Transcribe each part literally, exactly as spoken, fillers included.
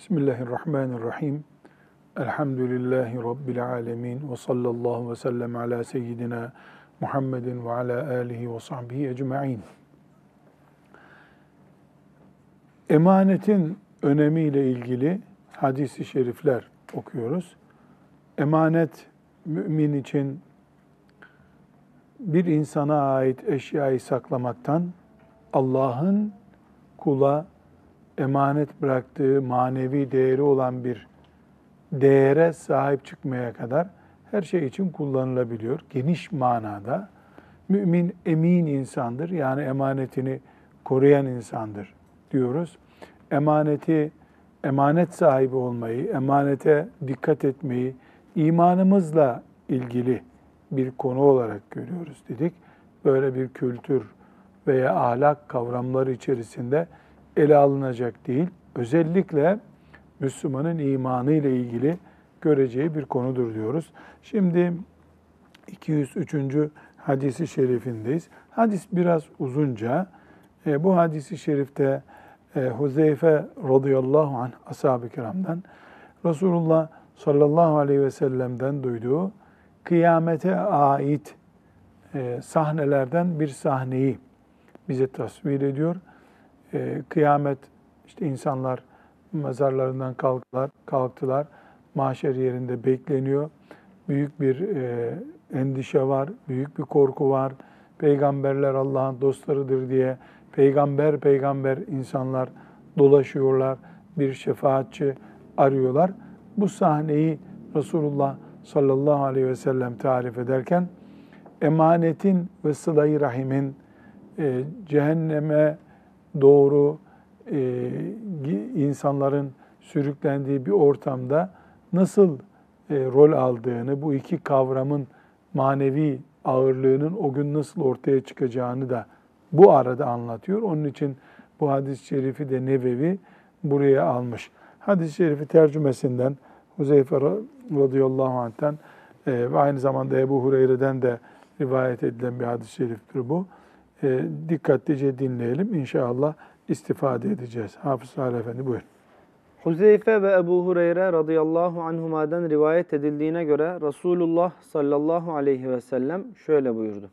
Bismillahirrahmanirrahim. Elhamdülillahi Rabbil alemin. Ve sallallahu ve sellem ala seyyidina Muhammedin ve ala alihi ve sahbihi ecma'in. Emanetin önemiyle ilgili hadis-i şerifler okuyoruz. Emanet, mümin için bir insana ait eşyayı saklamaktan, Allah'ın kula emanet bıraktığı manevi değeri olan bir değere sahip çıkmaya kadar her şey için kullanılabiliyor. Geniş manada mümin emin insandır. Yani emanetini koruyan insandır diyoruz. Emaneti, emanet sahibi olmayı, emanete dikkat etmeyi imanımızla ilgili bir konu olarak görüyoruz dedik. Böyle bir kültür veya ahlak kavramları içerisinde ele alınacak değil. Özellikle Müslümanın imanı ile ilgili göreceği bir konudur diyoruz. Şimdi iki yüz üçüncü hadisi şerifindeyiz. Hadis biraz uzunca. E, bu hadisi şerifte e, Huzeyfe radıyallahu anh ashab-ı kiramdan Resulullah sallallahu aleyhi ve sellem'den duyduğu kıyamete ait e, sahnelerden bir sahneyi bize tasvir ediyor. E, kıyamet, işte insanlar mezarlarından kalktılar, kalktılar. Mahşer yerinde bekleniyor. Büyük bir e, endişe var, büyük bir korku var. Peygamberler Allah'ın dostlarıdır diye peygamber peygamber insanlar dolaşıyorlar. Bir şefaatçi arıyorlar. Bu sahneyi Resulullah sallallahu aleyhi ve sellem tarif ederken emanetin ve sıla-i rahimin e, cehenneme doğru e, insanların sürüklendiği bir ortamda nasıl e, rol aldığını, bu iki kavramın manevi ağırlığının o gün nasıl ortaya çıkacağını da bu arada anlatıyor. Onun için bu hadis-i şerifi de Nevevi buraya almış. Hadis-i şerifi tercümesinden Huzeyfe radıyallahu anh'ten e, ve aynı zamanda Ebu Hureyre'den de rivayet edilen bir hadis-i şeriftir bu. E, dikkatlice dinleyelim. İnşallah istifade edeceğiz. Hafız Salih Efendi buyurun. Huzeyfe ve Ebu Hureyre radıyallahu anhuma'dan rivayet edildiğine göre Resulullah sallallahu aleyhi ve sellem şöyle buyurdu.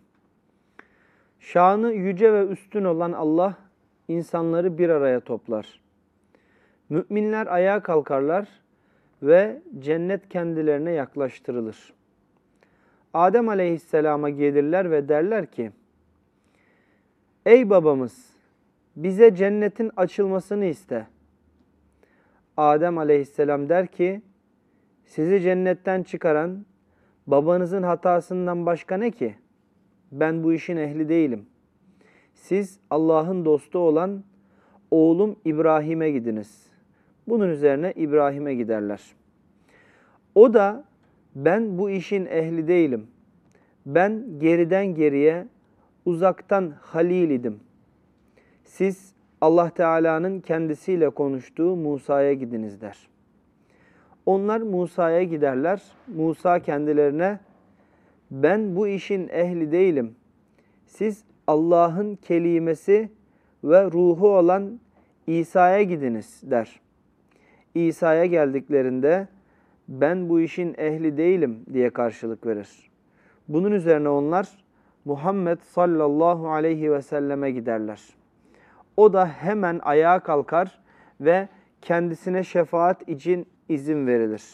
Şanı yüce ve üstün olan Allah insanları bir araya toplar. Müminler ayağa kalkarlar ve cennet kendilerine yaklaştırılır. Adem aleyhisselama gelirler ve derler ki, ey babamız, bize cennetin açılmasını iste. Adem aleyhisselam der ki, sizi cennetten çıkaran babanızın hatasından başka ne ki? Ben bu işin ehli değilim. Siz Allah'ın dostu olan oğlum İbrahim'e gidiniz. Bunun üzerine İbrahim'e giderler. O da ben bu işin ehli değilim. Ben geriden geriye uzaktan halil idim. Siz Allah Teala'nın kendisiyle konuştuğu Musa'ya gidiniz der. Onlar Musa'ya giderler. Musa kendilerine ben bu işin ehli değilim. Siz Allah'ın kelimesi ve ruhu olan İsa'ya gidiniz der. İsa'ya geldiklerinde ben bu işin ehli değilim diye karşılık verir. Bunun üzerine onlar Muhammed sallallahu aleyhi ve selleme giderler. O da hemen ayağa kalkar ve kendisine şefaat için izin verilir.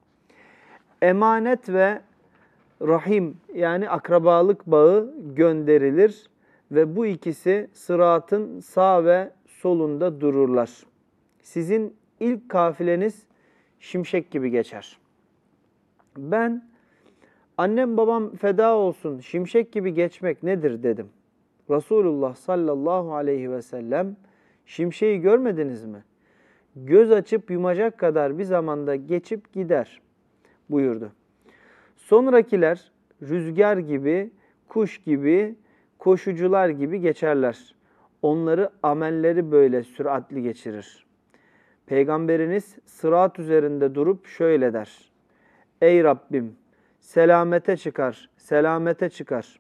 Emanet ve rahim yani akrabalık bağı gönderilir ve bu ikisi sıratın sağ ve solunda dururlar. Sizin ilk kafileniz şimşek gibi geçer. Ben annem babam feda olsun şimşek gibi geçmek nedir dedim. Resulullah sallallahu aleyhi ve sellem şimşeği görmediniz mi? Göz açıp yumacak kadar bir zamanda geçip gider buyurdu. Sonrakiler rüzgar gibi, kuş gibi, koşucular gibi geçerler. Onları amelleri böyle süratli geçirir. Peygamberiniz sırat üzerinde durup şöyle der. Ey Rabbim selamete çıkar, selamete çıkar.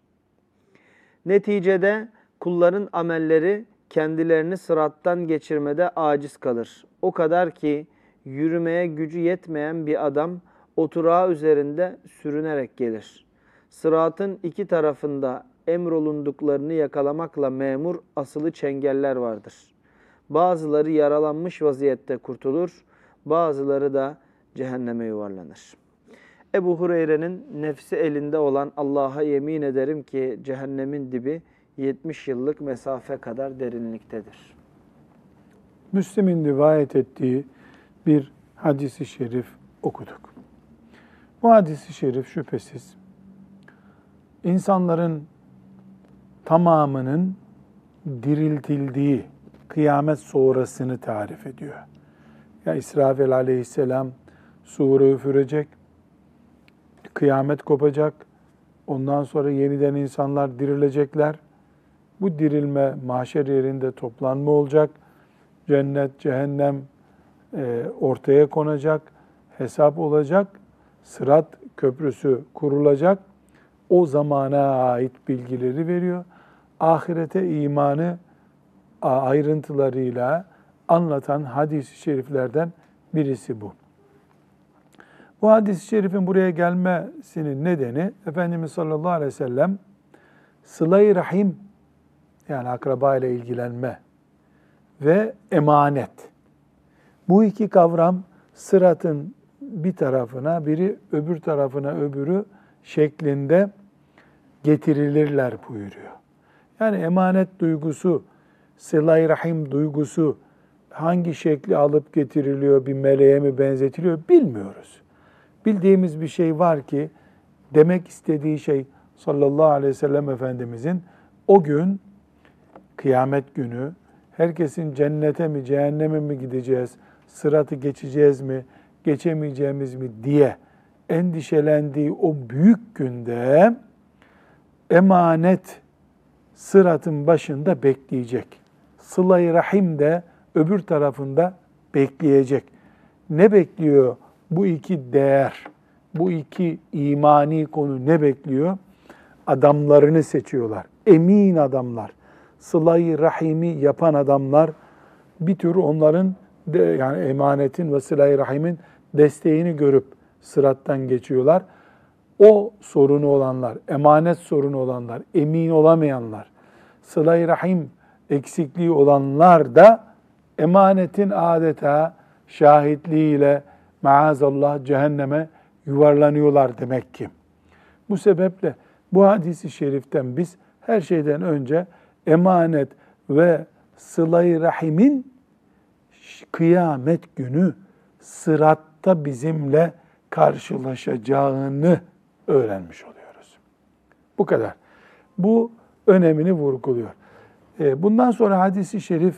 Neticede kulların amelleri kendilerini sırattan geçirmede aciz kalır. O kadar ki yürümeye gücü yetmeyen bir adam oturağı üzerinde sürünerek gelir. Sıratın iki tarafında emrolunduklarını yakalamakla memur asılı çengeller vardır. Bazıları yaralanmış vaziyette kurtulur, bazıları da cehenneme yuvarlanır. Ebu Hureyre'nin nefsi elinde olan Allah'a yemin ederim ki cehennemin dibi yetmiş yıllık mesafe kadar derinliktedir. Müslim'in rivayet ettiği bir hadisi şerif okuduk. Bu hadisi şerif şüphesiz insanların tamamının diriltildiği kıyamet sonrasını tarif ediyor. Ya İsrafil aleyhisselam sure üfürecek, kıyamet kopacak, ondan sonra yeniden insanlar dirilecekler. Bu dirilme mahşer yerinde toplanma olacak. Cennet, cehennem e, ortaya konacak, hesap olacak, sırat köprüsü kurulacak. O zamana ait bilgileri veriyor. Ahirete imanı ayrıntılarıyla anlatan hadis-i şeriflerden birisi bu. Bu hadis-i şerifin buraya gelmesinin nedeni Efendimiz sallallahu aleyhi ve sellem sıla-i rahim, yani akraba ile ilgilenme ve emanet. Bu iki kavram sıratın bir tarafına, biri öbür tarafına öbürü şeklinde getirilirler buyuruyor. Yani emanet duygusu, sıla-i rahim duygusu hangi şekli alıp getiriliyor, bir meleğe mi benzetiliyor bilmiyoruz. Bildiğimiz bir şey var ki demek istediği şey sallallahu aleyhi ve sellem Efendimizin o gün kıyamet günü herkesin cennete mi cehenneme mi gideceğiz, sıratı geçeceğiz mi, geçemeyeceğimiz mi diye endişelendiği o büyük günde emanet sıratın başında bekleyecek. Sıla-i rahim de öbür tarafında bekleyecek. Ne bekliyor bu iki değer, bu iki imani konu ne bekliyor? Adamlarını seçiyorlar. Emin adamlar. Sıla-i rahimi yapan adamlar bir tür onların de, yani emanetin ve sıla-i rahimin desteğini görüp sırattan geçiyorlar. O sorunu olanlar, emanet sorunu olanlar, emin olamayanlar, sıla-i rahim eksikliği olanlar da emanetin adeta şahitliğiyle maazallah cehenneme yuvarlanıyorlar demek ki. Bu sebeple bu hadisi şeriften biz her şeyden önce emanet ve sıla-i rahimin kıyamet günü sıratta bizimle karşılaşacağını öğrenmiş oluyoruz. Bu kadar. Bu önemini vurguluyor. Bundan sonra hadis-i şerif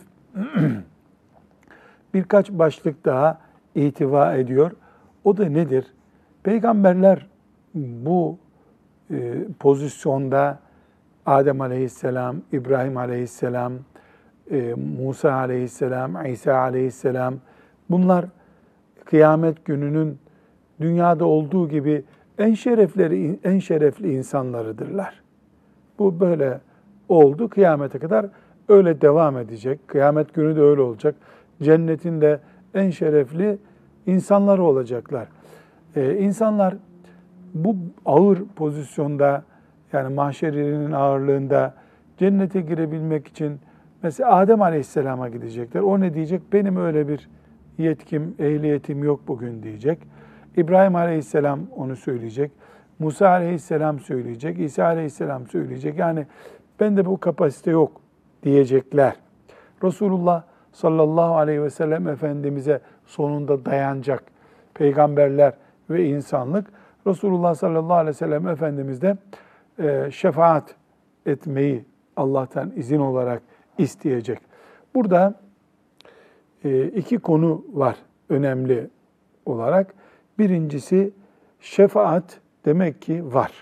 birkaç başlık daha ihtiva ediyor. O da nedir? Peygamberler bu e, pozisyonda Adem aleyhisselam, İbrahim aleyhisselam, e, Musa aleyhisselam, İsa aleyhisselam bunlar kıyamet gününün dünyada olduğu gibi en şerefleri, en şerefli insanlarıdırlar. Bu böyle oldu kıyamete kadar öyle devam edecek. Kıyamet günü de öyle olacak. Cennetin de en şerefli insanları olacaklar. Ee, insanlar bu ağır pozisyonda yani mahşer yerinin ağırlığında cennete girebilmek için mesela Adem Aleyhisselam'a gidecekler. O ne diyecek? Benim öyle bir yetkim, ehliyetim yok bugün diyecek. İbrahim Aleyhisselam onu söyleyecek. Musa Aleyhisselam söyleyecek. İsa Aleyhisselam söyleyecek. Yani bende bu kapasite yok diyecekler. Resulullah sallallahu aleyhi ve sellem Efendimiz'e sonunda dayanacak peygamberler ve insanlık. Resulullah sallallahu aleyhi ve sellem Efendimiz de e, şefaat etmeyi Allah'tan izin olarak isteyecek. Burada e, iki konu var önemli olarak. Birincisi şefaat demek ki var.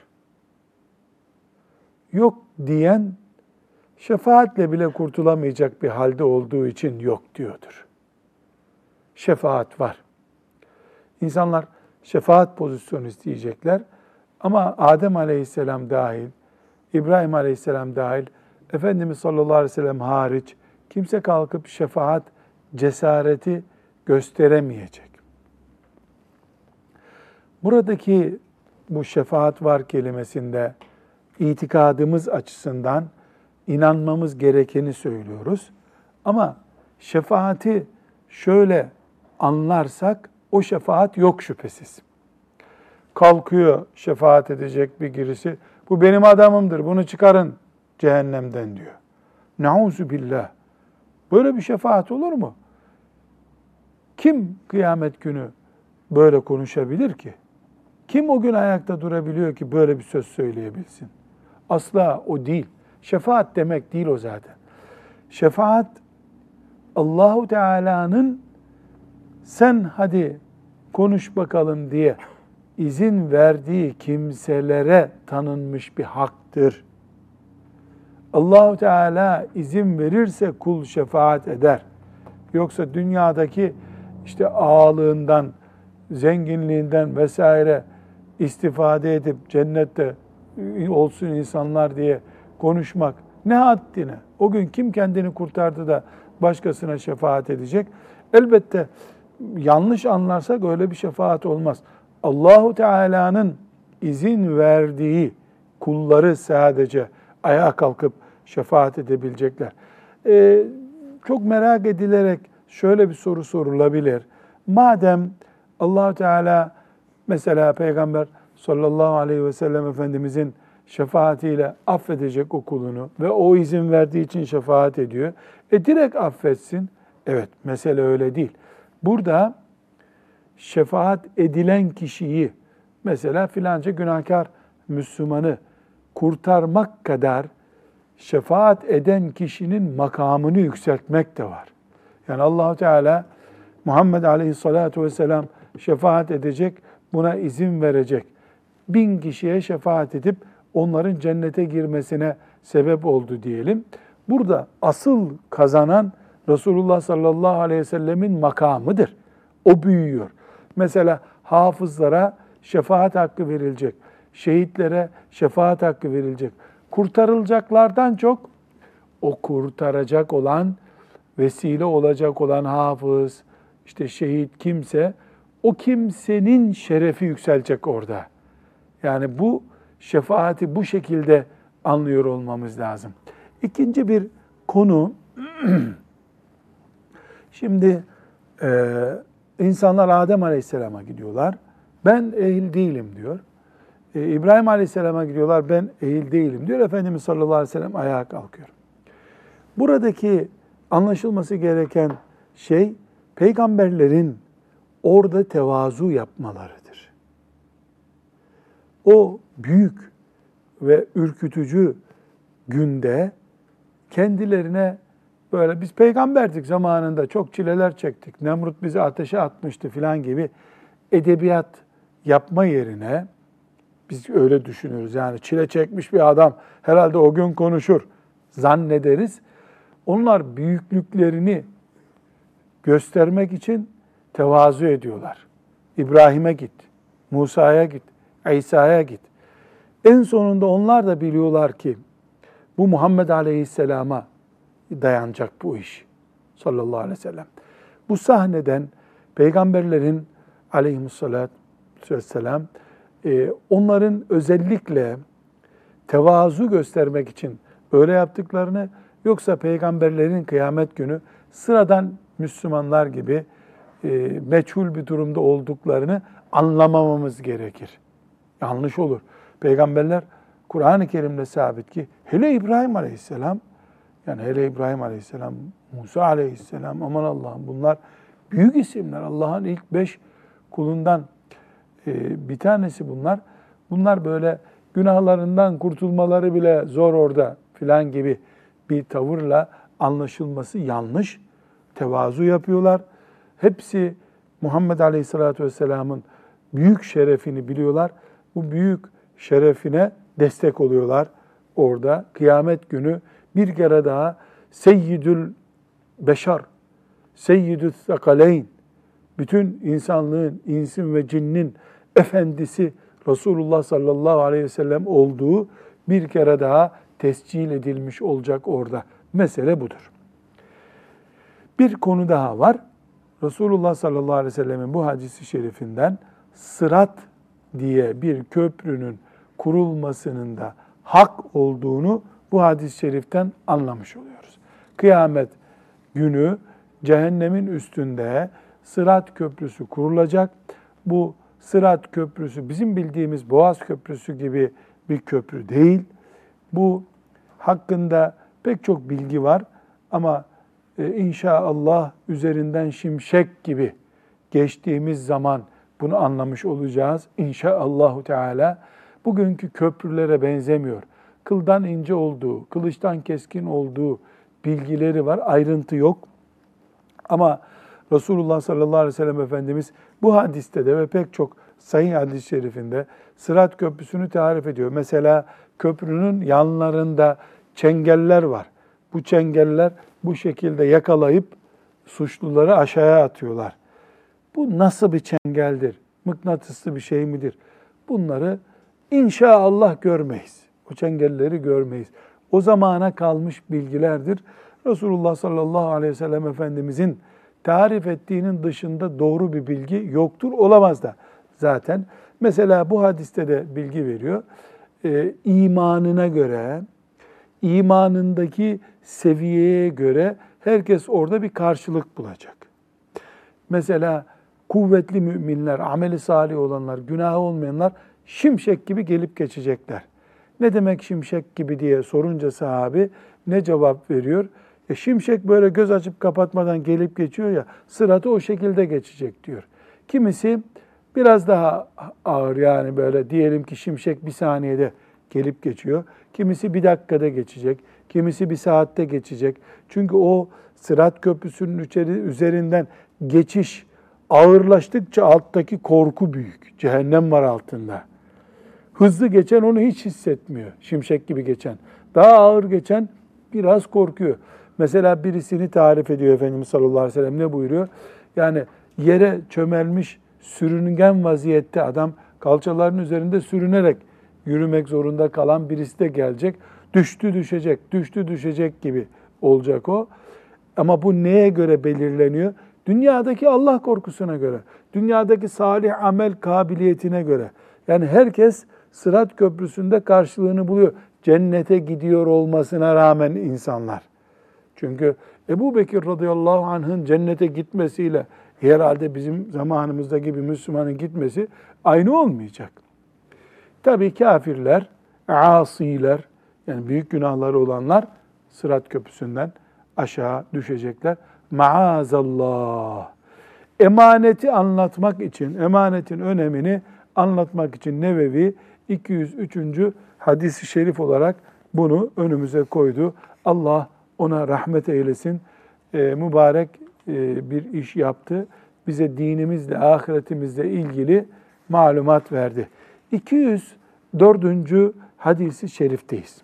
Yok diyen şefaatle bile kurtulamayacak bir halde olduğu için yok diyordur. Şefaat var. İnsanlar şefaat pozisyonu isteyecekler ama Adem Aleyhisselam dahil, İbrahim Aleyhisselam dahil, Efendimiz sallallahu aleyhi ve sellem hariç kimse kalkıp şefaat cesareti gösteremeyecek. Buradaki bu şefaat var kelimesinde itikadımız açısından inanmamız gerekeni söylüyoruz. Ama şefaati şöyle anlarsak o şefaat yok şüphesiz. Kalkıyor şefaat edecek bir birisi. Bu benim adamımdır, bunu çıkarın cehennemden diyor. Nauzu billah. Böyle bir şefaat olur mu? Kim kıyamet günü böyle konuşabilir ki? Kim o gün ayakta durabiliyor ki böyle bir söz söyleyebilsin? Asla o değil. Şefaat demek değil o zaten. Şefaat Allahu Teala'nın sen hadi konuş bakalım diye izin verdiği kimselere tanınmış bir haktır. Allahu Teala izin verirse kul şefaat eder. Yoksa dünyadaki işte ağalığından, zenginliğinden vesaire istifade edip cennette olsun insanlar diye konuşmak ne haddine? O gün kim kendini kurtardı da başkasına şefaat edecek? Elbette yanlış anlarsak öyle bir şefaat olmaz. Allahu Teala'nın izin verdiği kulları sadece ayağa kalkıp şefaat edebilecekler. Ee, çok merak edilerek şöyle bir soru sorulabilir. Madem Allahu Teala mesela Peygamber sallallahu aleyhi ve sellem Efendimizin şefaatiyle affedecek o kulunu ve o izin verdiği için şefaat ediyor. E direkt affetsin. Evet, mesele öyle değil. Burada şefaat edilen kişiyi, mesela filanca günahkar Müslümanı kurtarmak kadar şefaat eden kişinin makamını yükseltmek de var. Yani Allah-u Teala Muhammed Aleyhisselatü Vesselam şefaat edecek, buna izin verecek. Bin kişiye şefaat edip onların cennete girmesine sebep oldu diyelim. Burada asıl kazanan Resulullah sallallahu aleyhi ve sellemin makamıdır. O büyüyor. Mesela hafızlara şefaat hakkı verilecek. Şehitlere şefaat hakkı verilecek. Kurtarılacaklardan çok o kurtaracak olan, vesile olacak olan hafız, işte şehit kimse, o kimsenin şerefi yükselecek orada. Yani bu şefaati bu şekilde anlıyor olmamız lazım. İkinci bir konu, şimdi e, insanlar Adem Aleyhisselam'a gidiyorlar. Ben ehil değilim diyor. E, İbrahim Aleyhisselam'a gidiyorlar. Ben ehil değilim diyor. Efendimiz sallallahu aleyhi ve sellem ayağa kalkıyor. Buradaki anlaşılması gereken şey, peygamberlerin orada tevazu yapmalarıdır. O büyük ve ürkütücü günde kendilerine böyle biz peygamberdik zamanında çok çileler çektik, Nemrut bizi ateşe atmıştı filan gibi edebiyat yapma yerine biz öyle düşünürüz. Yani çile çekmiş bir adam herhalde o gün konuşur zannederiz. Onlar büyüklüklerini göstermek için tevazu ediyorlar. İbrahim'e git, Musa'ya git, İsa'ya git. En sonunda onlar da biliyorlar ki bu Muhammed Aleyhisselam'a dayanacak bu iş. Sallallahu aleyhi ve sellem. Bu sahneden peygamberlerin aleyhissalatü vesselam onların özellikle tevazu göstermek için öyle yaptıklarını, yoksa peygamberlerin kıyamet günü sıradan Müslümanlar gibi e, meçhul bir durumda olduklarını anlamamamız gerekir. Yanlış olur. Peygamberler Kur'an-ı Kerim'de sabit ki hele İbrahim Aleyhisselam, yani hele İbrahim Aleyhisselam, Musa Aleyhisselam, aman Allah'ım bunlar büyük isimler. Allah'ın ilk beş kulundan e, bir tanesi bunlar. Bunlar böyle günahlarından kurtulmaları bile zor orada filan gibi bir tavırla anlaşılması yanlış. Tevazu yapıyorlar. Hepsi Muhammed Aleyhisselatü Vesselam'ın büyük şerefini biliyorlar. Bu büyük şerefine destek oluyorlar orada. Kıyamet günü bir kere daha Seyyidül Beşar, Seyyidül Sakaleyn, bütün insanlığın, insin ve cinnin efendisi Resulullah sallallahu aleyhi ve sellem olduğu bir kere daha tescil edilmiş olacak orada. Mesele budur. Bir konu daha var. Resulullah sallallahu aleyhi ve sellemin bu hadisi şerifinden sırat diye bir köprünün kurulmasının da hak olduğunu bu hadis-i şeriften anlamış oluyoruz. Kıyamet günü cehennemin üstünde Sırat Köprüsü kurulacak. Bu Sırat Köprüsü bizim bildiğimiz Boğaz Köprüsü gibi bir köprü değil. Bu hakkında pek çok bilgi var ama e, inşallah üzerinden şimşek gibi geçtiğimiz zaman bunu anlamış olacağız. İnşaallahu Teala bugünkü köprülere benzemiyor. Kıldan ince olduğu, kılıçtan keskin olduğu bilgileri var, ayrıntı yok. Ama Resulullah sallallahu aleyhi ve sellem Efendimiz bu hadiste de ve pek çok sahih hadis-i şerifinde Sırat Köprüsü'nü tarif ediyor. Mesela köprünün yanlarında çengeller var. Bu çengeller bu şekilde yakalayıp suçluları aşağıya atıyorlar. Bu nasıl bir çengeldir? Mıknatıslı bir şey midir? Bunları inşallah görmeyiz. O çengelleri görmeyiz. O zamana kalmış bilgilerdir. Resulullah sallallahu aleyhi ve sellem Efendimizin tarif ettiğinin dışında doğru bir bilgi yoktur, olamaz da zaten. Mesela bu hadiste de bilgi veriyor. Ee, imanına göre, imanındaki seviyeye göre herkes orada bir karşılık bulacak. Mesela kuvvetli müminler, ameli salih olanlar, günahı olmayanlar şimşek gibi gelip geçecekler. Ne demek şimşek gibi diye sorunca sahabi ne cevap veriyor? E şimşek böyle göz açıp kapatmadan gelip geçiyor ya, sıratı o şekilde geçecek diyor. Kimisi biraz daha ağır, yani böyle diyelim ki şimşek bir saniyede gelip geçiyor. Kimisi bir dakikada geçecek, kimisi bir saatte geçecek. Çünkü o Sırat Köprüsü'nün üzerinden geçiş ağırlaştıkça alttaki korku büyük. Cehennem var altında. Hızlı geçen onu hiç hissetmiyor. Şimşek gibi geçen. Daha ağır geçen biraz korkuyor. Mesela birisini tarif ediyor Efendimiz sallallahu aleyhi ve sellem. Ne buyuruyor? Yani yere çömelmiş, sürüngen vaziyette adam kalçalarının üzerinde sürünerek yürümek zorunda kalan birisi de gelecek. Düştü düşecek, düştü düşecek gibi olacak o. Ama bu neye göre belirleniyor? Dünyadaki Allah korkusuna göre, dünyadaki salih amel kabiliyetine göre. Yani herkes Sırat Köprüsü'nde karşılığını buluyor. Cennete gidiyor olmasına rağmen insanlar. Çünkü Ebu Bekir radıyallahu anh'ın cennete gitmesiyle herhalde bizim zamanımızdaki bir Müslümanın gitmesi aynı olmayacak. Tabii kafirler, asiler, yani büyük günahları olanlar Sırat Köprüsü'nden aşağı düşecekler. Maazallah. Emaneti anlatmak için, emanetin önemini anlatmak için Nevevi iki yüz üçüncü hadis-i şerif olarak bunu önümüze koydu. Allah ona rahmet eylesin. E, mübarek e, bir iş yaptı. Bize dinimizle, ahiretimizle ilgili malumat verdi. iki yüz dördüncü hadis-i şerifteyiz.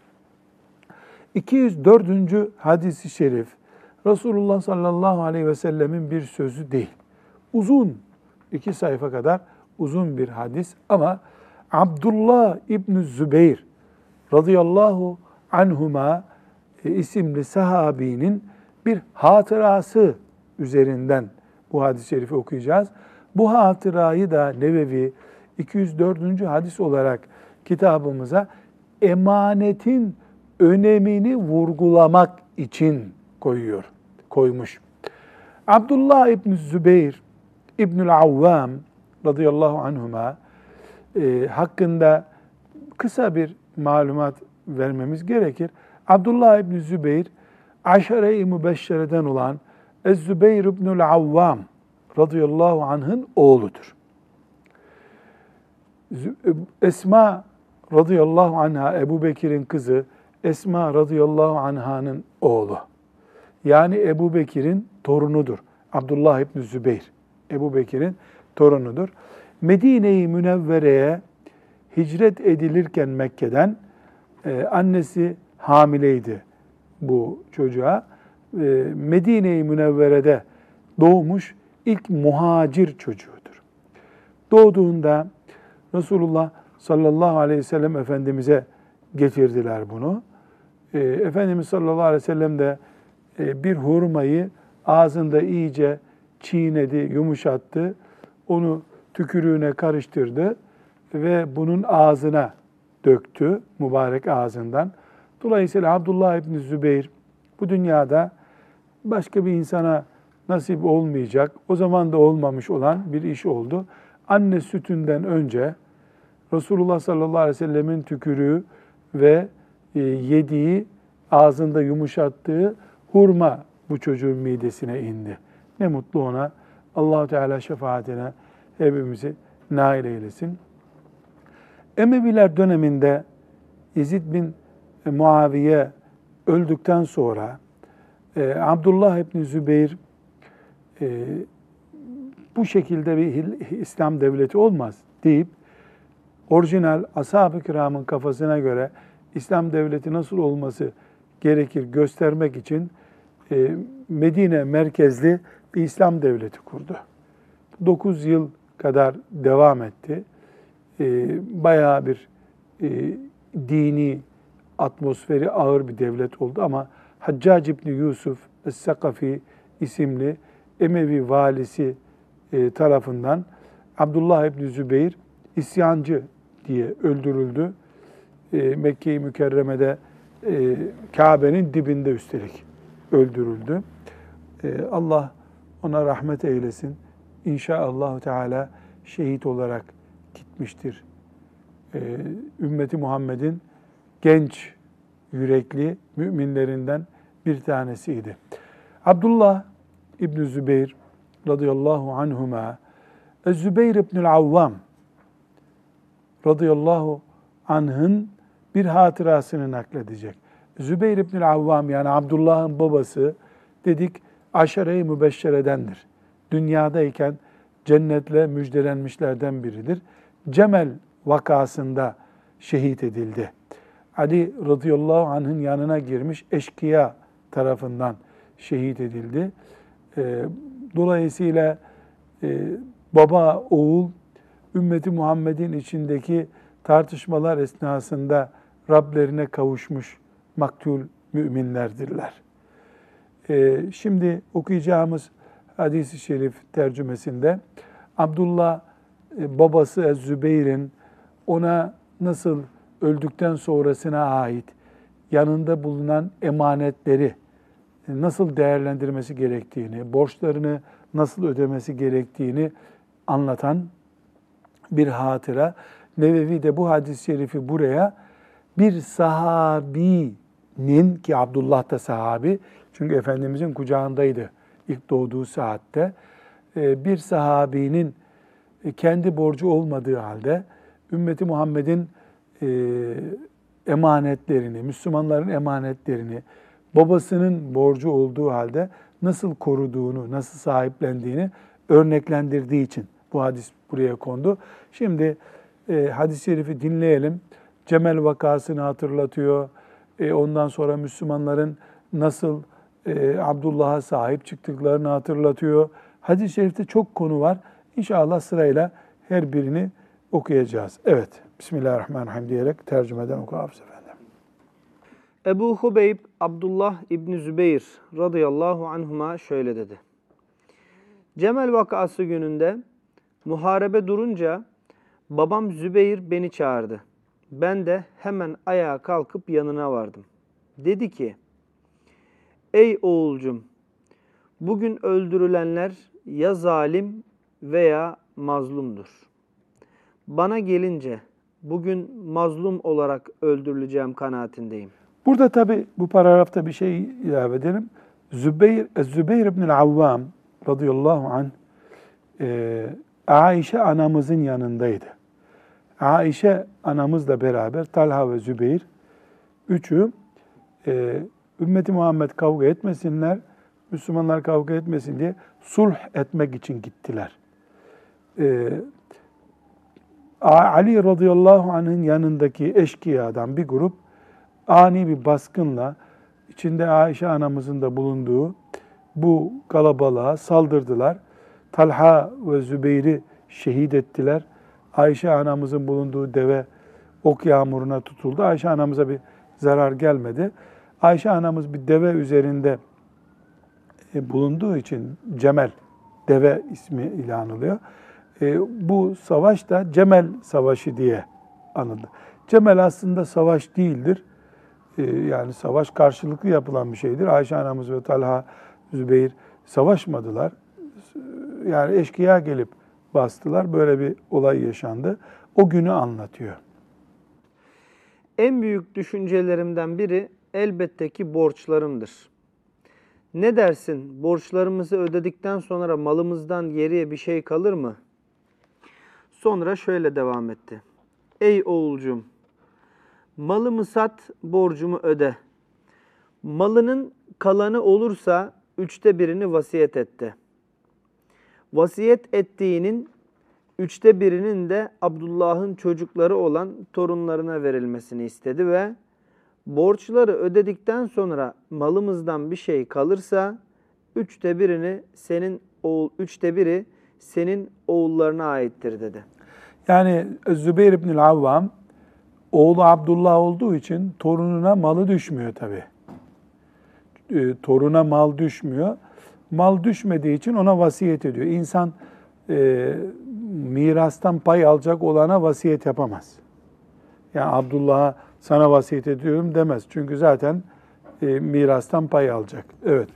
iki yüz dördüncü hadis-i şerif Resulullah sallallahu aleyhi ve sellemin bir sözü değil. Uzun, iki sayfa kadar uzun bir hadis ama Abdullah İbn Zübeyir radıyallahu anhuma isimli sahabinin bir hatırası üzerinden bu hadis-i şerifi okuyacağız. Bu hatırayı da Nevevi iki yüz dördüncü hadis olarak kitabımıza emanetin önemini vurgulamak için koyuyor, koymuş. Abdullah İbn Zübeyir İbnül Avvam radıyallahu anhuma e, hakkında kısa bir malumat vermemiz gerekir. Abdullah İbn Zübeyir, Aşere-i Mübeşşere'den olan Ez-Zübeyir İbnül Avvam radıyallahu anh'ın oğludur. Esma radıyallahu anha, Ebu Bekir'in kızı, Esma radıyallahu anh'ın oğlu. Yani Ebu Bekir'in torunudur. Abdullah İbn Zübeyir, Ebu Bekir'in torunudur. Medine-i Münevvere'ye hicret edilirken Mekke'den e, annesi hamileydi bu çocuğa. E, Medine-i Münevvere'de doğmuş ilk muhacir çocuğudur. Doğduğunda Resulullah sallallahu aleyhi ve sellem Efendimiz'e getirdiler bunu. E, Efendimiz sallallahu aleyhi ve sellem de e, bir hurmayı ağzında iyice çiğnedi, yumuşattı. Onu tükürüğüne karıştırdı. ve bunun ağzına döktü, mübarek ağzından. Dolayısıyla Abdullah İbni Zübeyir bu dünyada başka bir insana nasip olmayacak, o zaman da olmamış olan bir iş oldu. Anne sütünden önce Resulullah sallallahu aleyhi ve sellemin tükürüğü ve e, yediği, ağzında yumuşattığı hurma bu çocuğun midesine indi. Ne mutlu ona. Allah-u Teala şefaatine hepimizi nail eylesin. Emeviler döneminde Yezid bin Muaviye öldükten sonra e, Abdullah İbni Zübeyir e, bu şekilde bir İslam devleti olmaz deyip orijinal ashab-ı kiramın kafasına göre İslam devleti nasıl olması gerekir göstermek için e, Medine merkezli bir İslam devleti kurdu. dokuz yıl kadar devam etti. E, bayağı bir e, dini atmosferi ağır bir devlet oldu ama Haccac İbni Yusuf Es-Sakafi isimli Emevi valisi e, tarafından Abdullah İbni Zübeyir isyancı diye öldürüldü. E, Mekke-i Mükerreme'de e, Kabe'nin dibinde üstelik öldürüldü. E, Allah ona rahmet eylesin. İnşaallah Teala şehit olarak gitmiştir. E, ümmeti Muhammed'in genç yürekli müminlerinden bir tanesiydi. Abdullah İbni Zübeyir radıyallahu anhuma, Zübeyir İbnül Avvam radıyallahu anh'ın bir hatırasını nakledecek. Zübeyir İbnül Avvam yani Abdullah'ın babası dedik aşere-i mübeşşeredendir. Dünyadayken cennetle müjdelenmişlerden biridir. Cemel vakasında şehit edildi. Ali radıyallahu anh'ın yanına girmiş eşkıya tarafından şehit edildi. Dolayısıyla baba, oğul, ümmeti Muhammed'in içindeki tartışmalar esnasında Rablerine kavuşmuş maktul müminlerdirler. Şimdi okuyacağımız hadis-i şerif tercümesinde Abdullah babası Ez-Zübeyir'in ona nasıl öldükten sonrasına ait yanında bulunan emanetleri nasıl değerlendirmesi gerektiğini, borçlarını nasıl ödemesi gerektiğini anlatan bir hatıra. Nevevi de bu hadis-i şerifi buraya bir sahabinin, ki Abdullah da sahabi, çünkü Efendimizin kucağındaydı ilk doğduğu saatte, bir sahabinin kendi borcu olmadığı halde ümmeti Muhammed'in emanetlerini, Müslümanların emanetlerini, babasının borcu olduğu halde nasıl koruduğunu, nasıl sahiplendiğini örneklendirdiği için bu hadis buraya kondu. Şimdi e, hadis-i şerifi dinleyelim. Cemel vakasını hatırlatıyor. E, ondan sonra Müslümanların nasıl e, Abdullah'a sahip çıktıklarını hatırlatıyor. Hadis-i şerifte çok konu var. İnşallah sırayla her birini okuyacağız. Evet, Bismillahirrahmanirrahim diyerek tercümeden oku Hafız Efendi. Ebu Hubeyb Abdullah İbni Zübeyir radıyallahu anhuma şöyle dedi. Cemel vakası gününde muharebe durunca babam Zübeyir beni çağırdı. Ben de hemen ayağa kalkıp yanına vardım. Dedi ki, ey oğulcum, bugün öldürülenler ya zalim veya mazlumdur. Bana gelince bugün mazlum olarak öldürüleceğim kanaatindeyim. Burada tabi bu paragrafta bir şey ilave edelim. Zübeyir, Zübeyir İbnül Avvam radıyallahu anh e, Aişe anamızın yanındaydı. Aişe anamızla beraber Talha ve Zübeyir üçü e, ümmeti Muhammed kavga etmesinler, Müslümanlar kavga etmesin diye sulh etmek için gittiler. E, Ali radıyallahu anh'ın yanındaki eşkıyadan bir grup ani bir baskınla içinde Aişe anamızın da bulunduğu bu kalabalığa saldırdılar. Talha ve Zübeyir'i şehit ettiler. Ayşe anamızın bulunduğu deve ok yağmuruna tutuldu. Ayşe anamıza bir zarar gelmedi. Ayşe anamız bir deve üzerinde bulunduğu için Cemel, deve ismi ile anılıyor. E, bu savaş da Cemel Savaşı diye anıldı. Cemel aslında savaş değildir. E, yani savaş karşılıklı yapılan bir şeydir. Ayşe anamız ve Talha, Zübeyir savaşmadılar. Yani eşkıya gelip bastılar. Böyle bir olay yaşandı. O günü anlatıyor. En büyük düşüncelerimden biri elbette ki borçlarımdır. Ne dersin? Borçlarımızı ödedikten sonra malımızdan geriye bir şey kalır mı? Sonra şöyle devam etti. Ey oğulcum, malımı sat, borcumu öde. Malının kalanı olursa üçte birini vasiyet etti. Vasiyet ettiğinin üçte birinin de Abdullah'ın çocukları olan torunlarına verilmesini istedi ve borçları ödedikten sonra malımızdan bir şey kalırsa üçte birini senin oğul üçte biri senin oğullarına aittir dedi. Yani Zübeyir İbnül Avvam oğlu Abdullah olduğu için torununa malı düşmüyor tabii. E, toruna mal düşmüyor. Mal düşmediği için ona vasiyet ediyor. İnsan e, mirastan pay alacak olana vasiyet yapamaz. Yani Abdullah'a sana vasiyet ediyorum demez. Çünkü zaten e, mirastan pay alacak. Evet.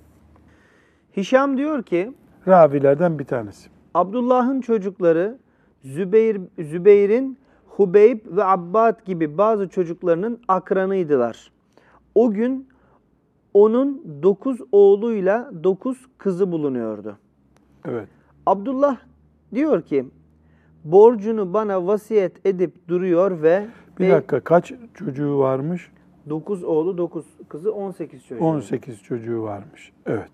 Hişam diyor ki, Ravilerden bir tanesi. Abdullah'ın çocukları Zübeyir, Zübeyir'in Hubeyb ve Abbad gibi bazı çocuklarının akranıydılar. O gün onun dokuz oğluyla dokuz kızı bulunuyordu. Evet. Abdullah diyor ki, borcunu bana vasiyet edip duruyor ve Bir dakika, kaç çocuğu varmış? dokuz oğlu, dokuz kızı, on sekiz çocuğu. on sekiz çocuğu varmış. Evet.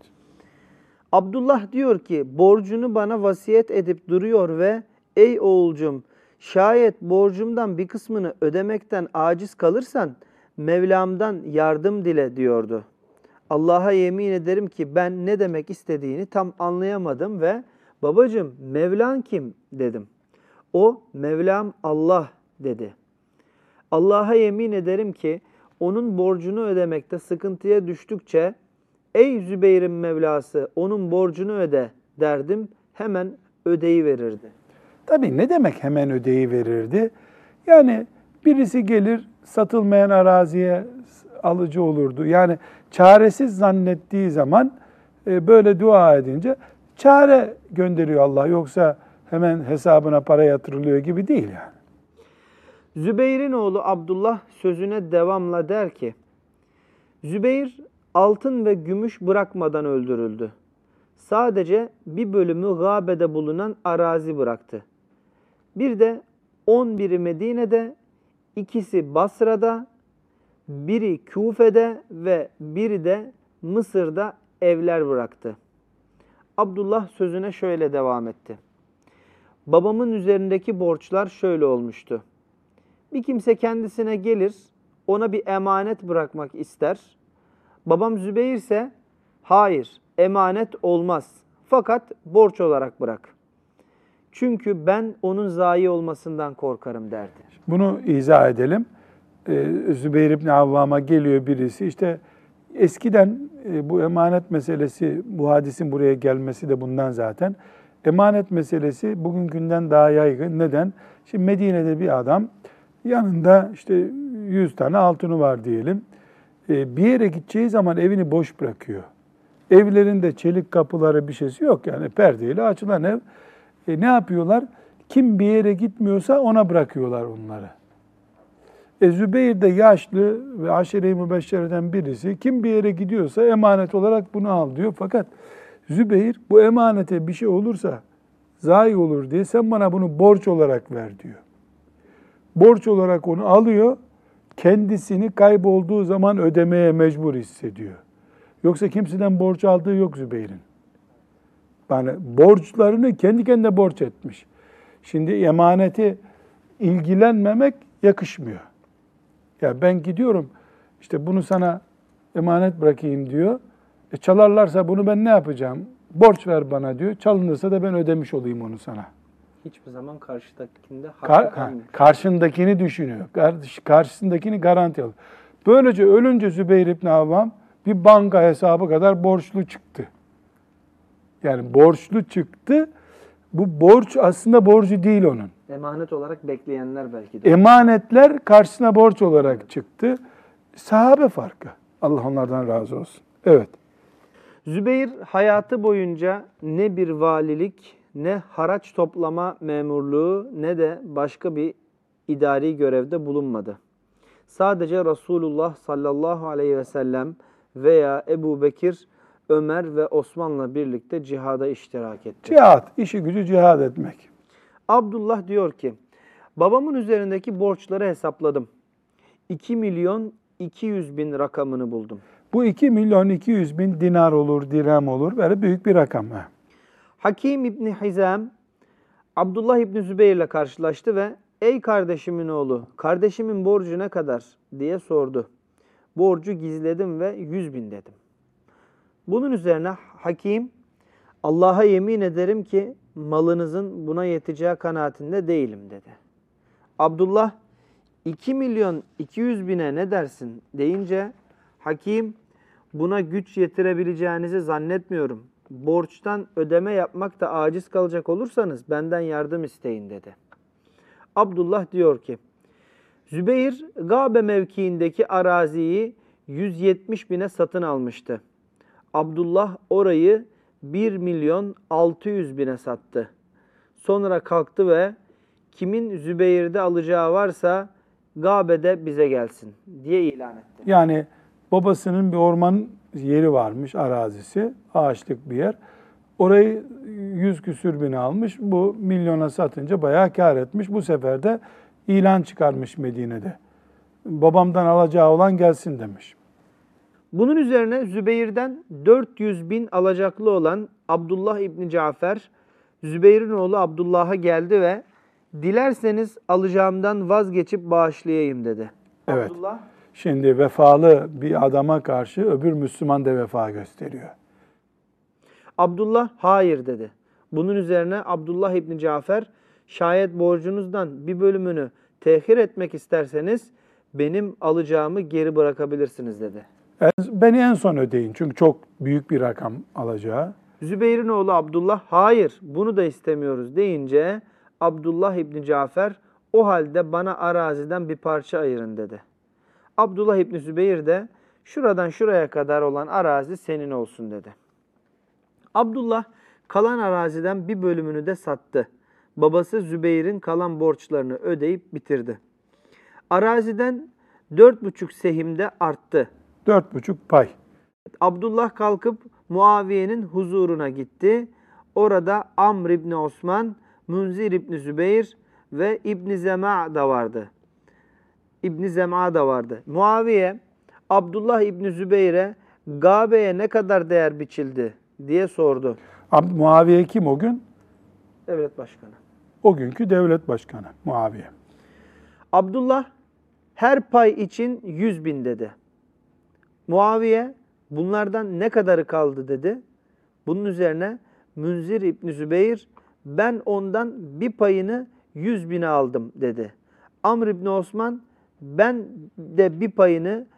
Abdullah diyor ki, borcunu bana vasiyet edip duruyor ve ey oğulcum, şayet borcumdan bir kısmını ödemekten aciz kalırsan Mevlam'dan yardım dile diyordu. Allah'a yemin ederim ki ben ne demek istediğini tam anlayamadım ve babacığım Mevlan kim dedim. O Mevlam Allah dedi. Allah'a yemin ederim ki onun borcunu ödemekte sıkıntıya düştükçe ey Zübeyir'in Mevlası onun borcunu öde derdim, hemen ödeyiverirdi. Tabii ne demek hemen ödeyiverirdi? Yani birisi gelir satılmayan araziye alıcı olurdu. Yani çaresiz zannettiği zaman e, böyle dua edince çare gönderiyor Allah. Yoksa hemen hesabına para yatırılıyor gibi değil yani. Zübeyir'in oğlu Abdullah sözüne devamla der ki, Zübeyir altın ve gümüş bırakmadan öldürüldü. Sadece bir bölümü gâbede bulunan arazi bıraktı. Bir de on biri Medine'de, ikisi Basra'da, biri Küfe'de ve biri de Mısır'da evler bıraktı. Abdullah sözüne şöyle devam etti. Babamın üzerindeki borçlar şöyle olmuştu. Bir kimse kendisine gelir, ona bir emanet bırakmak ister. Babam Zübeyir ise, hayır, emanet olmaz. Fakat borç olarak bırak. Çünkü ben onun zayi olmasından korkarım derdi. Bunu izah edelim. Ee, Zübeyir İbni Avvam'a geliyor birisi. İşte eskiden e, bu emanet meselesi, bu hadisin buraya gelmesi de bundan zaten. Emanet meselesi bugünkünden daha yaygın. Neden? Şimdi Medine'de bir adam yanında işte yüz tane altını var diyelim. Ee, bir yere gideceği zaman evini boş bırakıyor. Evlerinde çelik kapıları bir şeysi yok yani perdeyle açılan ev. E, ne yapıyorlar? Kim bir yere gitmiyorsa ona bırakıyorlar onları. E, Zübeyir de yaşlı ve aşire-i mübeşşereden birisi. Kim bir yere gidiyorsa emanet olarak bunu al diyor. Fakat Zübeyir bu emanete bir şey olursa zayi olur diye sen bana bunu borç olarak ver diyor. Borç olarak onu alıyor. Kendisini kaybolduğu zaman ödemeye mecbur hissediyor. Yoksa kimseden borç aldığı yok Zübeyir'in. Yani borçlarını kendi kendine borç etmiş. Şimdi emaneti ilgilenmemek yakışmıyor. Ya ben gidiyorum işte bunu sana emanet bırakayım diyor. E çalarlarsa bunu ben ne yapacağım? Borç ver bana diyor. Çalınırsa da ben ödemiş olayım onu sana. Hiçbir zaman karşıdakinde Kar, karşındakini düşünüyor. Karşısındakini garanti alıyor. Böylece ölünce Zübeyir İbni Avvam bir banka hesabı kadar borçlu çıktı. Yani borçlu çıktı. Bu borç aslında borcu değil onun. Emanet olarak bekleyenler belki de. Emanetler karşısına borç olarak çıktı. Sahabe farkı. Allah onlardan razı olsun. Evet. Zübeyir hayatı boyunca ne bir valilik, ne haraç toplama memurluğu, ne de başka bir idari görevde bulunmadı. Sadece Resulullah sallallahu aleyhi ve sellem veya Ebu Bekir, Ömer ve Osman'la birlikte cihada iştirak etti. Cihad, işi gücü cihad etmek. Abdullah diyor ki, babamın üzerindeki borçları hesapladım. iki milyon iki yüz bin rakamını buldum. Bu iki milyon iki yüz bin dinar olur, dirhem olur. Böyle büyük bir rakam. Hakim İbni Hizam, Abdullah İbni Zübeyir ile karşılaştı ve ''Ey kardeşimin oğlu, kardeşimin borcu ne kadar?'' diye sordu. Borcu gizledim ve yüz bin dedim. Bunun üzerine Hakim, ''Allah'a yemin ederim ki malınızın buna yeteceği kanaatinde değilim.'' dedi. Abdullah, iki milyon iki yüz bine ne dersin deyince Hakim, buna güç yetirebileceğinizi zannetmiyorum. Borçtan ödeme yapmakta aciz kalacak olursanız benden yardım isteyin dedi. Abdullah diyor ki, Zübeyir Gabe mevkiindeki araziyi yüz yetmiş bine satın almıştı. Abdullah orayı bir milyon altı yüz bine sattı. Sonra kalktı ve kimin Zübeyir'de alacağı varsa Gabe'de bize gelsin diye ilan etti. Yani babasının bir orman yeri varmış, arazisi, ağaçlık bir yer. Orayı yüz küsür bin almış. Bu milyona satınca bayağı kâr etmiş. Bu sefer de ilan çıkarmış Medine'de. Babamdan alacağı olan gelsin demiş. Bunun üzerine Zübeyir'den dört yüz bin alacaklı olan Abdullah İbni Cafer, Zübeyir'in oğlu Abdullah'a geldi ve dilerseniz alacağımdan vazgeçip bağışlayayım dedi. Evet. Abdullah, Şimdi vefalı bir adama karşı öbür Müslüman da vefa gösteriyor. Abdullah hayır dedi. Bunun üzerine Abdullah İbni Cafer, şayet borcunuzdan bir bölümünü tehir etmek isterseniz benim alacağımı geri bırakabilirsiniz dedi. Beni en son ödeyin çünkü çok büyük bir rakam alacağı. Zübeyir'in oğlu Abdullah hayır bunu da istemiyoruz deyince Abdullah İbni Cafer o halde bana araziden bir parça ayırın dedi. Abdullah İbni Zübeyir de şuradan şuraya kadar olan arazi senin olsun dedi. Abdullah kalan araziden bir bölümünü de sattı. Babası Zübeyir'in kalan borçlarını ödeyip bitirdi. Araziden dört buçuk sehimde arttı. Dört buçuk pay. Abdullah kalkıp Muaviye'nin huzuruna gitti. Orada Amr İbni Osman, Munzir İbni Zübeyir ve İbni Zem'a da vardı. İbni Zem'a da vardı. Muaviye, Abdullah İbni Zübeyir'e Gabe'ye ne kadar değer biçildi diye sordu. Ab Muaviye kim o gün? Devlet başkanı. O günkü devlet başkanı Muaviye. Abdullah her pay için yüz bin dedi. Muaviye bunlardan ne kadarı kaldı dedi. Bunun üzerine Münzir İbni Zübeyir ben ondan bir payını yüz bine aldım dedi. Amr İbni Osman ben de bir payını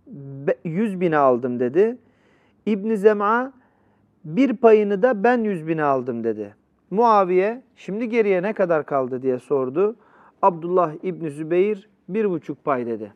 yüz bine aldım dedi. İbni Zem'a bir payını da ben yüz bine aldım dedi. Muaviye şimdi geriye ne kadar kaldı diye sordu. Abdullah İbni Zübeyir bir buçuk pay dedi.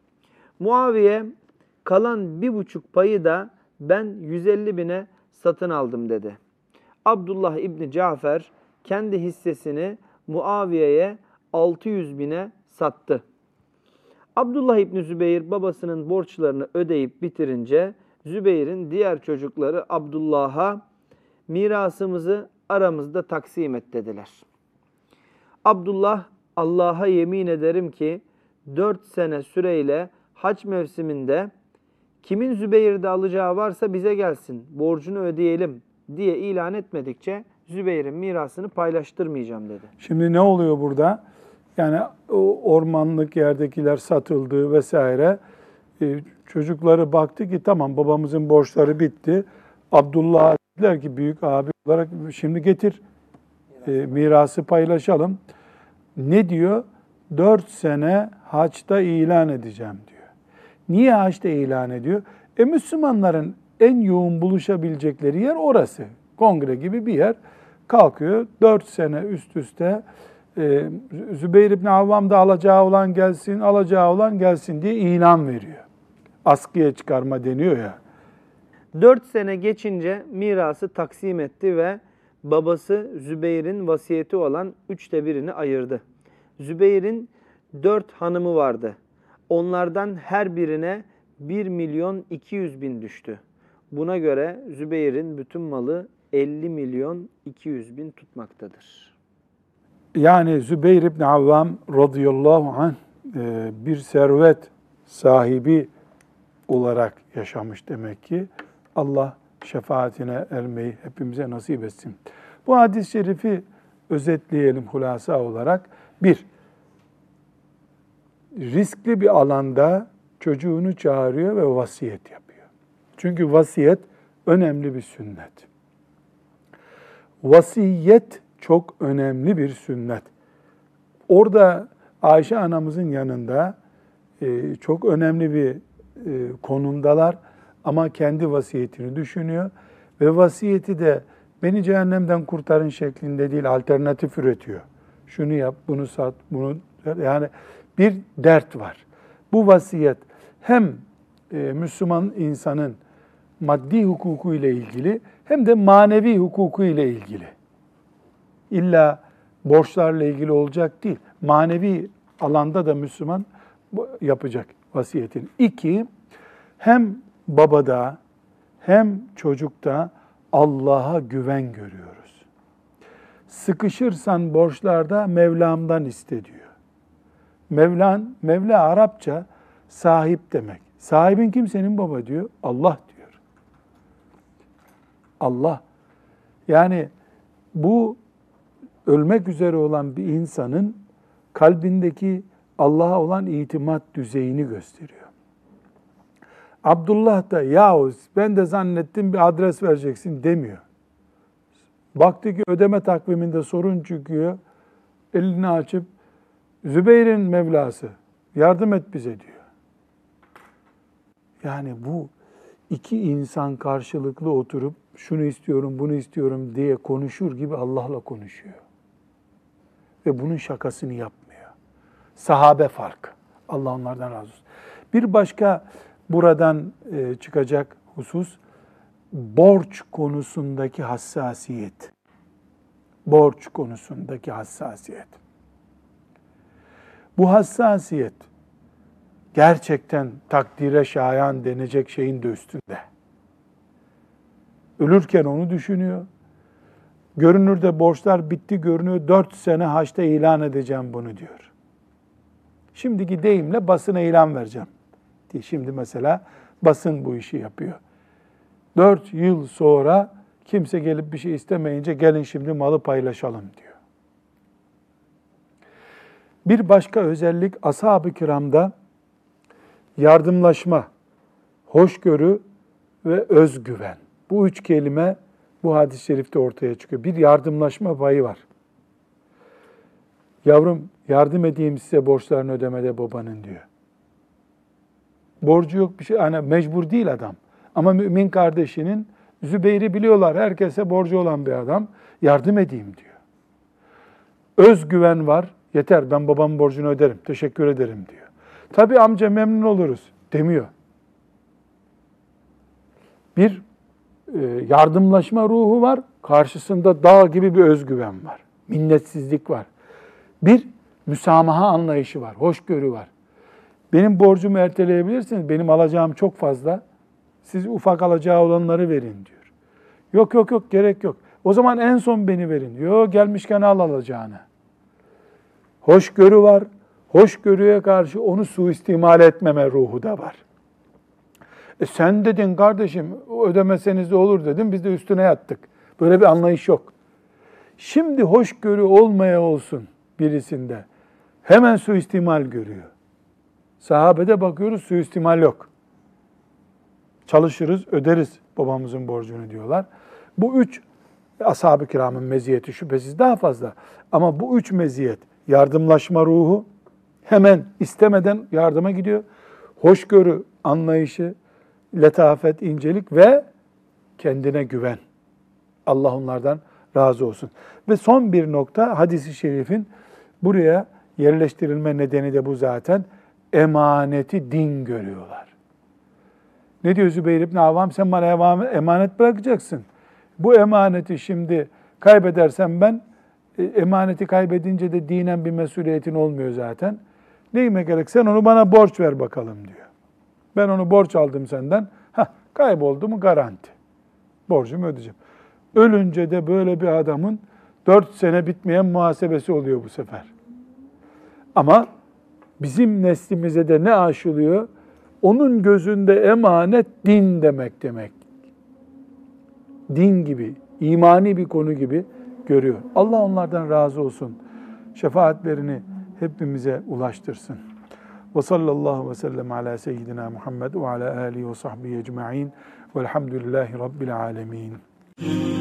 Muaviye kalan bir buçuk payı da ben yüz elli bine satın aldım dedi. Abdullah İbni Cafer kendi hissesini Muaviye'ye altı yüz bine sattı. Abdullah İbni Zübeyir babasının borçlarını ödeyip bitirince Zübeyir'in diğer çocukları Abdullah'a mirasımızı aramızda taksim et dediler. Abdullah Allah'a yemin ederim ki dört sene süreyle hac mevsiminde kimin Zübeyir'de alacağı varsa bize gelsin, borcunu ödeyelim diye ilan etmedikçe Zübeyir'in mirasını paylaştırmayacağım dedi. Şimdi ne oluyor burada? Yani o ormanlık yerdekiler satıldı vesaire. Ee, çocukları baktı ki tamam babamızın borçları bitti. Abdullah dediler ki büyük abi olarak şimdi getir e, mirası paylaşalım. Ne diyor? Dört sene haçta ilan edeceğim diyor. Niye haçta ilan ediyor? E Müslümanların en yoğun buluşabilecekleri yer orası. Kongre gibi bir yer. kalkıyor dört sene üst üste e, Zübeyir İbni Avvam da alacağı olan gelsin, alacağı olan gelsin diye ilan veriyor. Askıya çıkarma deniyor ya. Dört sene geçince mirası taksim etti ve babası Zübeyir'in vasiyeti olan üçte birini ayırdı. Zübeyir'in dört hanımı vardı. Onlardan her birine bir milyon iki yüz bin düştü. Buna göre Zübeyir'in bütün malı elli milyon iki yüz bin tutmaktadır. Yani Zübeyir İbni Avvam radıyallahu anh e, bir servet sahibi olarak yaşamış demek ki. Allah şefaatine ermeyi hepimize nasip etsin. Bu hadis-i şerifi özetleyelim hulasa olarak. Bir, riskli bir alanda çocuğunu çağırıyor ve vasiyet yapıyor. Çünkü vasiyet önemli bir sünnet. Vasiyet çok önemli bir sünnet. Orada Ayşe anamızın yanında e, çok önemli bir e, konumdalar ama kendi vasiyetini düşünüyor ve vasiyeti de beni cehennemden kurtarın şeklinde değil, alternatif üretiyor. Şunu yap, bunu sat, bunu yani bir dert var. Bu vasiyet hem e, Müslüman insanın maddi hukuku ile ilgili hem de manevi hukuku ile ilgili. İlla borçlarla ilgili olacak değil. Manevi alanda da Müslüman yapacak vasiyetin. İki, hem babada hem çocukta Allah'a güven görüyoruz. Sıkışırsan borçlarda Mevlam'dan iste diyor. Mevlan, Mevla Arapça sahip demek. Sahibin kim senin baba diyor? Allah diyor. Allah. Yani bu ölmek üzere olan bir insanın kalbindeki Allah'a olan itimat düzeyini gösteriyor. Abdullah da yahu ben de zannettim bir adres vereceksin demiyor. Baktı ki ödeme takviminde sorun çıkıyor. Elini açıp Zübeyir'in Mevlası yardım et bize diyor. Yani bu iki insan karşılıklı oturup şunu istiyorum, bunu istiyorum diye konuşur gibi Allah'la konuşuyor. Ve bunun şakasını yapmıyor. Sahabe farkı. Allah onlardan razı olsun. Bir başka buradan çıkacak husus, borç konusundaki hassasiyet. Borç konusundaki hassasiyet. Bu hassasiyet gerçekten takdire şayan denecek şeyin de üstünde. Ölürken onu düşünüyor. Görünürde borçlar bitti görünüyor. Dört sene haçta ilan edeceğim bunu diyor. Şimdiki deyimle basına ilan vereceğim. Şimdi mesela basın bu işi yapıyor. Dört yıl sonra kimse gelip bir şey istemeyince gelin şimdi malı paylaşalım diyor. Bir başka özellik ashab-ı kiramda yardımlaşma, hoşgörü ve özgüven. Bu üç kelime bu hadis-i şerifte ortaya çıkıyor. Bir yardımlaşma payı var. Yavrum yardım edeyim size borçlarını ödemede babanın diyor. Borcu yok bir şey, hani mecbur değil adam. Ama mümin kardeşinin Zübeyir'i biliyorlar, herkese borcu olan bir adam. Yardım edeyim diyor. Özgüven var. Yeter ben babamın borcunu öderim, teşekkür ederim diyor. Tabii amca memnun oluruz demiyor. Bir e, yardımlaşma ruhu var, karşısında dağ gibi bir özgüven var. Minnetsizlik var. Bir müsamaha anlayışı var, hoşgörü var. Benim borcumu erteleyebilirsiniz, benim alacağım çok fazla. Siz ufak alacağı olanları verin diyor. Yok yok yok gerek yok. O zaman en son beni verin. Yok gelmişken al alacağını. Hoşgörü var. Hoşgörüye karşı onu suistimal etmeme ruhu da var. E sen dedin kardeşim ödemeseniz de olur dedim. Biz de üstüne yattık. Böyle bir anlayış yok. Şimdi hoşgörü olmaya olsun birisinde. Hemen suistimal görüyor. Sahabede bakıyoruz suistimal yok. Çalışırız, öderiz babamızın borcunu diyorlar. Bu üç ashab-ı kiramın meziyeti şüphesiz daha fazla. Ama bu üç meziyet, yardımlaşma ruhu, hemen istemeden yardıma gidiyor. Hoşgörü anlayışı, letafet, incelik ve kendine güven. Allah onlardan razı olsun. Ve son bir nokta, hadis-i şerifin buraya yerleştirilme nedeni de bu zaten. Emaneti din görüyorlar. Ne diyor Zübeyir İbni Avvam? Sen bana emanet bırakacaksın. Bu emaneti şimdi kaybedersem ben, emaneti kaybedince de dinen bir mesuliyetin olmuyor zaten. Neyime gerek? Sen onu bana borç ver bakalım diyor. Ben onu borç aldım senden. Hah, kayboldu mu garanti. Borcumu ödeyeceğim. Ölünce de böyle bir adamın dört sene bitmeyen muhasebesi oluyor bu sefer. Ama bizim neslimize de ne aşılıyor? Onun gözünde emanet din demek demek. Din gibi, imani bir konu gibi görüyor. Allah onlardan razı olsun. Şefaatlerini hepimize ulaştırsın. Ve sallallahu ve sellem ala seyyidina Muhammed ve ala alihi ve sahbihi ecma'in velhamdülillahi rabbil alemin.